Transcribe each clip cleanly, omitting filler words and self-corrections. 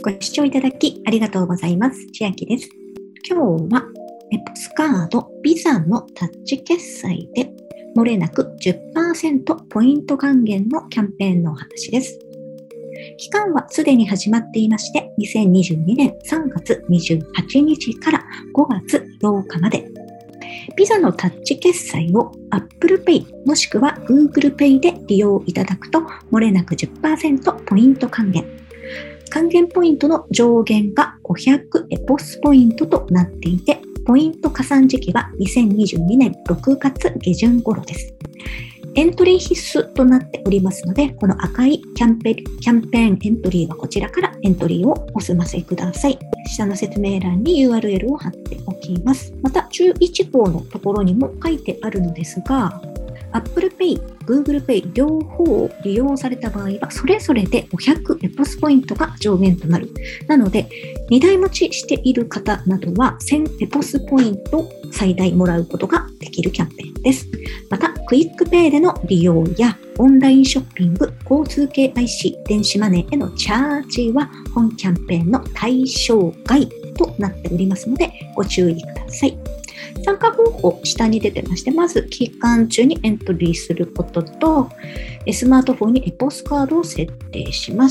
ご視聴いただきありがとうございます。千秋です。今日はエポスカードビザのタッチ決済で漏れなく 10% ポイント還元のキャンペーンのお話です。期間はすでに始まっていまして、2022年3月28日から5月8日まで、ビザのタッチ決済を Apple Pay もしくは Google Pay で利用いただくと、漏れなく 10% ポイント還元。還元ポイントの上限が500エポスポイントとなっていて、ポイント加算時期は2022年6月下旬頃です。エントリー必須となっておりますので、この赤いキャンペーンエントリーはこちらからエントリーをお済ませください。下の説明欄に URL を貼っておきます。また、注意事項のところにも書いてあるのですが、Apple Pay、Google Pay 両方を利用された場合は、それぞれで500エポスポイントが上限となる。なので、2台持ちしている方などは1000エポスポイント最大もらうことができるキャンペーンです。また、クイックペイでの利用やオンラインショッピング、交通系 IC、電子マネーへのチャージは本キャンペーンの対象外となっておりますので、ご注意ください。参加方法、下に出てまして、まず期間中にエントリーすることと、スマートフォンにエポスカードを設定します。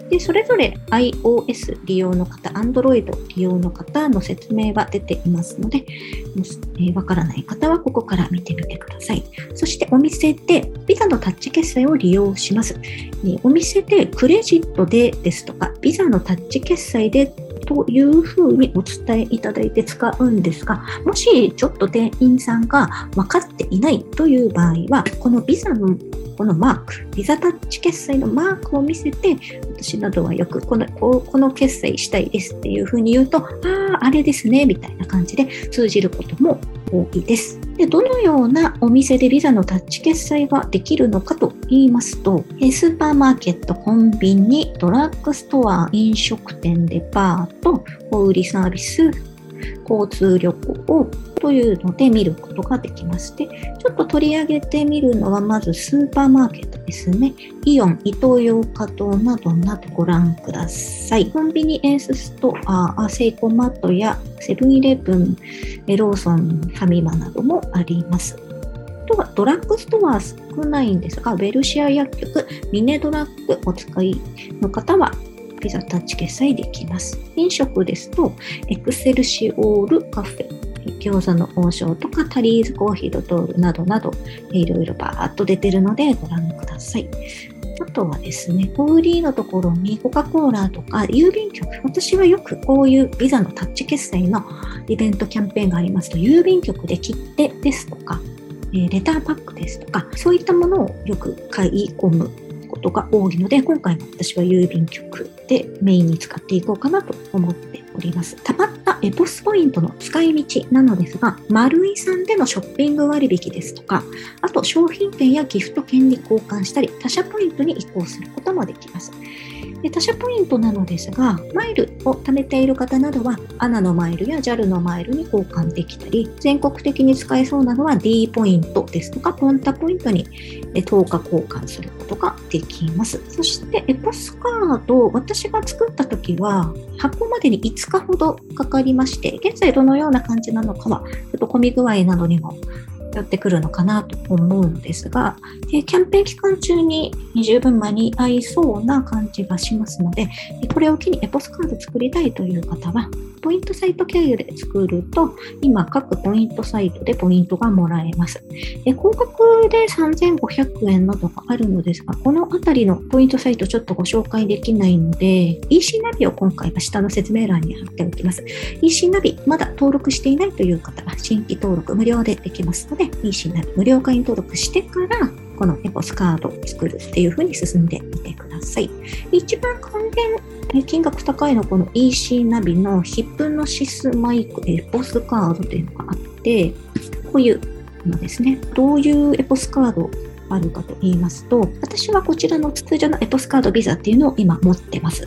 で、それぞれ iOS 利用の方、Android 利用の方の説明は出ていますので、わからない方はここから見てみてください。そしてお店でビザのタッチ決済を利用します。お店でクレジットでですとか、ビザのタッチ決済でというふうにお伝えいただいて使うんですが、もしちょっと店員さんが分かっていないという場合は、このビザのこのマーク、ビザタッチ決済のマークを見せて、私などはよくこの決済したいですっていうふうに言うと、あれですねみたいな感じで通じることも多いです。で、どのようなお店でビザのタッチ決済ができるのかと言いますと、スーパーマーケット、コンビニ、ドラッグストア、飲食店、デパート、小売サービス、交通旅行というので見ることができます。で、ちょっと取り上げてみるのはまずスーパーマーケットですね。イオン、イトーヨーカドーなどなどご覧ください。コンビニエンスストア、セイコーマートやセブンイレブン、ローソン、ファミマなどもあります。あとはドラッグストアは少ないんですが、ベルシア薬局、ミネドラッグお使いの方はビザタッチ決済できます。飲食ですと、エクセルシオールカフェ、餃子の王将とかタリーズコーヒードトールなどなど、いろいろバーッと出てるのでご覧ください。あとはですね、小売りのところにコカ・コーラとか郵便局、私はよくこういうビザのタッチ決済のイベントキャンペーンがありますと、郵便局で切手ですとか、レターパックですとか、そういったものをよく買い込むことが多いので、今回も私は郵便局でメインに使っていこうかなと思っております。たまったエポスポイントの使い道なのですが、丸井さんでのショッピング割引ですとか、あと商品券やギフト券に交換したり、他社ポイントに移行することもできます。で、他社ポイントなのですが、マイルを貯めている方などは ANA のマイルや JAL のマイルに交換できたり、全国的に使えそうなのは D ポイントですとかポンタポイントに10日交換することができます。そしてエポスカード、私が作った時は発行までに5日ほどかかりまして、現在どのような感じなのかはちょっと混み具合などにもやってくるのかなと思うんですが、キャンペーン期間中に十分間に合いそうな感じがしますので、これを機にエポスカード作りたいという方は、ポイントサイト経由で作ると、今各ポイントサイトでポイントがもらえます。高額で3500円などがあるのですが、このあたりのポイントサイトちょっとご紹介できないので、EC ナビを今回は下の説明欄に貼っておきます。EC ナビまだ登録していないという方は新規登録無料でできますので、EC ナビ無料会員登録してからこのエポスカードを作るっていう風に進んでみてください。一番還元金額高いのはこの EC ナビのヒップノシスマイクエポスカードというのがあって、こういうのですね。どういうエポスカードあるかと言いますと、私はこちらの通常のエポスカードビザっていうのを今持ってます。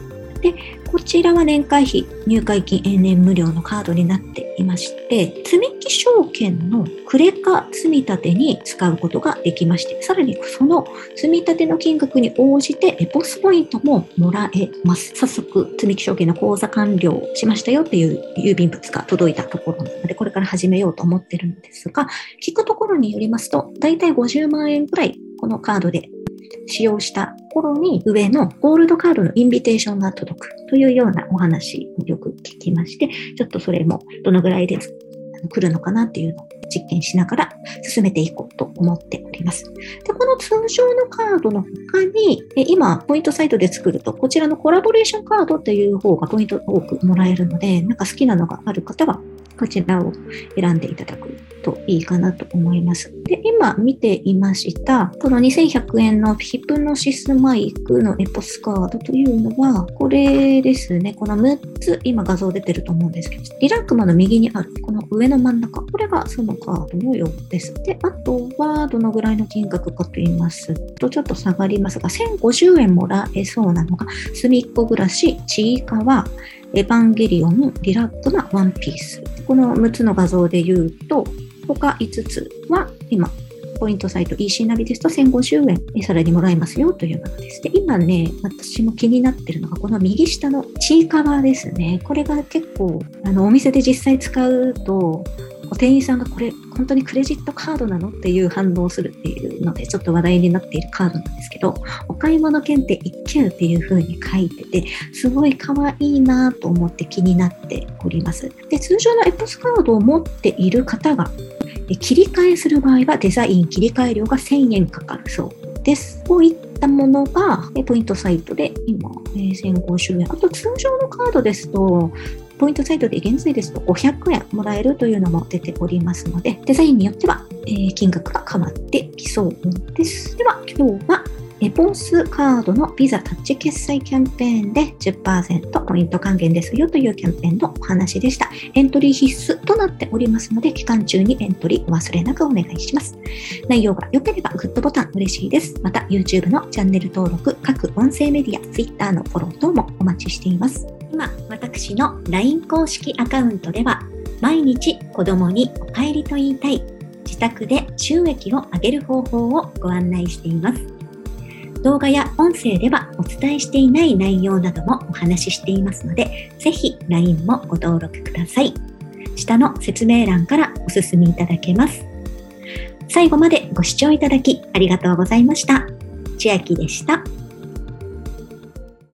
で、こちらは年会費、入会金永年無料のカードになっていまして、積立証券のクレカ積み立てに使うことができまして、さらにその積み立ての金額に応じてエポスポイントももらえます。早速、積立証券の口座完了しましたよっていう郵便物が届いたところなので、これから始めようと思ってるんですが、聞くところによりますと、だいたい50万円くらいこのカードで使用した頃に上のゴールドカードのインビテーションが届くというようなお話をよく聞きまして、ちょっとそれもどのぐらいで来るのかなっていうのを実験しながら進めていこうと思っております。で、この通常のカードの他に、今ポイントサイトで作ると、こちらのコラボレーションカードっていう方がポイント多くもらえるので、なんか好きなのがある方はこちらを選んでいただくといいかなと思います。で、今見ていました、この2100円のヒプノシスマイクのエポスカードというのは、これですね。この6つ、今画像出てると思うんですけど、リラックマの右にある、この上の真ん中、これがそのカードのようです。で、あとはどのぐらいの金額かと言いますと、ちょっと下がりますが、1050円もらえそうなのが、すみっこ暮らし、ちいかわ、エヴァンゲリオン、リラックマ、ワンピース。この6つの画像で言うと、他5つは今、ポイントサイト EC ナビですと1050円さらにもらえますよというものです。で、今ね、私も気になってるのがこの右下のちいかわですね。これが結構お店で実際使うと店員さんがこれ本当にクレジットカードなのっていう反応をするっていうのでちょっと話題になっているカードなんですけど、お買い物検定1級っていう風に書いててすごい可愛いなと思って気になっております。で、通常のエポスカードを持っている方が切り替えする場合はデザイン切り替え料が1000円かかるそうです。こういったものがポイントサイトで今1050円。あと通常のカードですとポイントサイトで現在ですと500円もらえるというのも出ておりますので、デザインによっては金額が変わってきそうです。では今日はエポスカードのビザタッチ決済キャンペーンで 10% ポイント還元ですよというキャンペーンのお話でした。エントリー必須となっておりますので、期間中にエントリーお忘れなくお願いします。内容が良ければグッドボタン嬉しいです。また YouTube のチャンネル登録、各音声メディア、Twitter のフォロー等もお待ちしています。今、私の LINE 公式アカウントでは、毎日子供にお帰りと言いたい、自宅で収益を上げる方法をご案内しています。動画や音声ではお伝えしていない内容などもお話ししていますので、ぜひ LINE もご登録ください。下の説明欄からお進みいただけます。最後までご視聴いただきありがとうございました。千秋でした。